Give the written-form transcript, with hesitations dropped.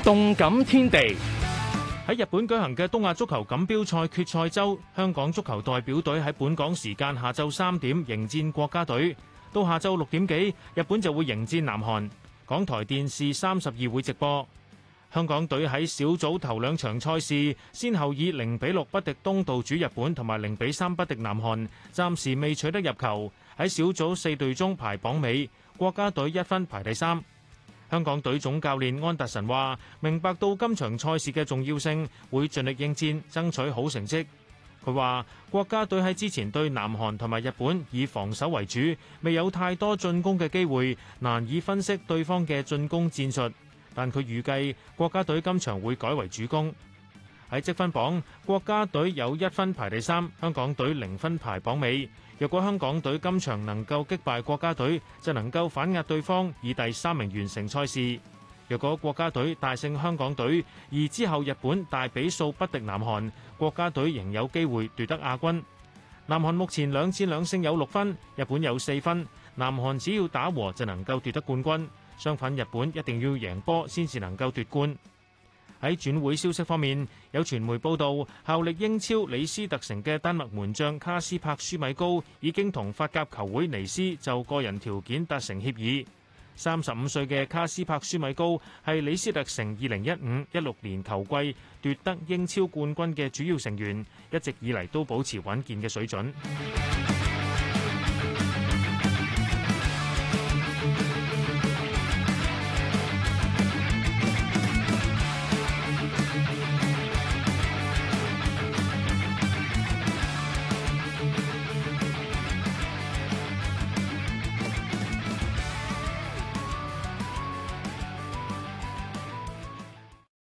動感天地。 喺日本舉行嘅東亞足球錦標賽決賽周，香港足球代表隊喺本港時間下晝3點迎戰國家隊。到下晝6點幾，日本就會迎戰南韓。港台電視32會直播。香港隊喺小組頭兩場賽事，先後以0-6不敵東道主日本同埋0-3不敵南韓，暫時未取得入球。喺小組4隊中排榜尾，國家隊1分排第3。香港隊總教練安達臣話：明白到今場賽事嘅重要性，會盡力應戰，爭取好成績。佢話：國家隊喺之前對南韓同埋日本以防守為主，未有太多進攻嘅機會，難以分析對方嘅進攻戰術。但佢預計國家隊今場會改為主攻。喺積分榜，國家隊有1分排第3，香港隊0分排榜尾。若果香港隊今場能夠擊敗國家隊，就能夠反壓對方，以第3名完成賽事。若果國家隊大勝香港隊，而之後日本大比數不敵南韓，國家隊仍有機會奪得亞軍。南韓目前2戰2勝有6分，日本有4分，南韓只要打和就能夠奪得冠軍。相反，日本一定要贏波先至能夠奪冠。喺轉會消息方面，有傳媒報道，效力英超李斯特城嘅丹麥門將卡斯柏舒米高已經同法甲球會尼斯就個人條件達成協議。35歲嘅卡斯柏舒米高係李斯特城2015-16年球季奪得英超冠軍嘅主要成員，一直以嚟都保持穩健嘅水準。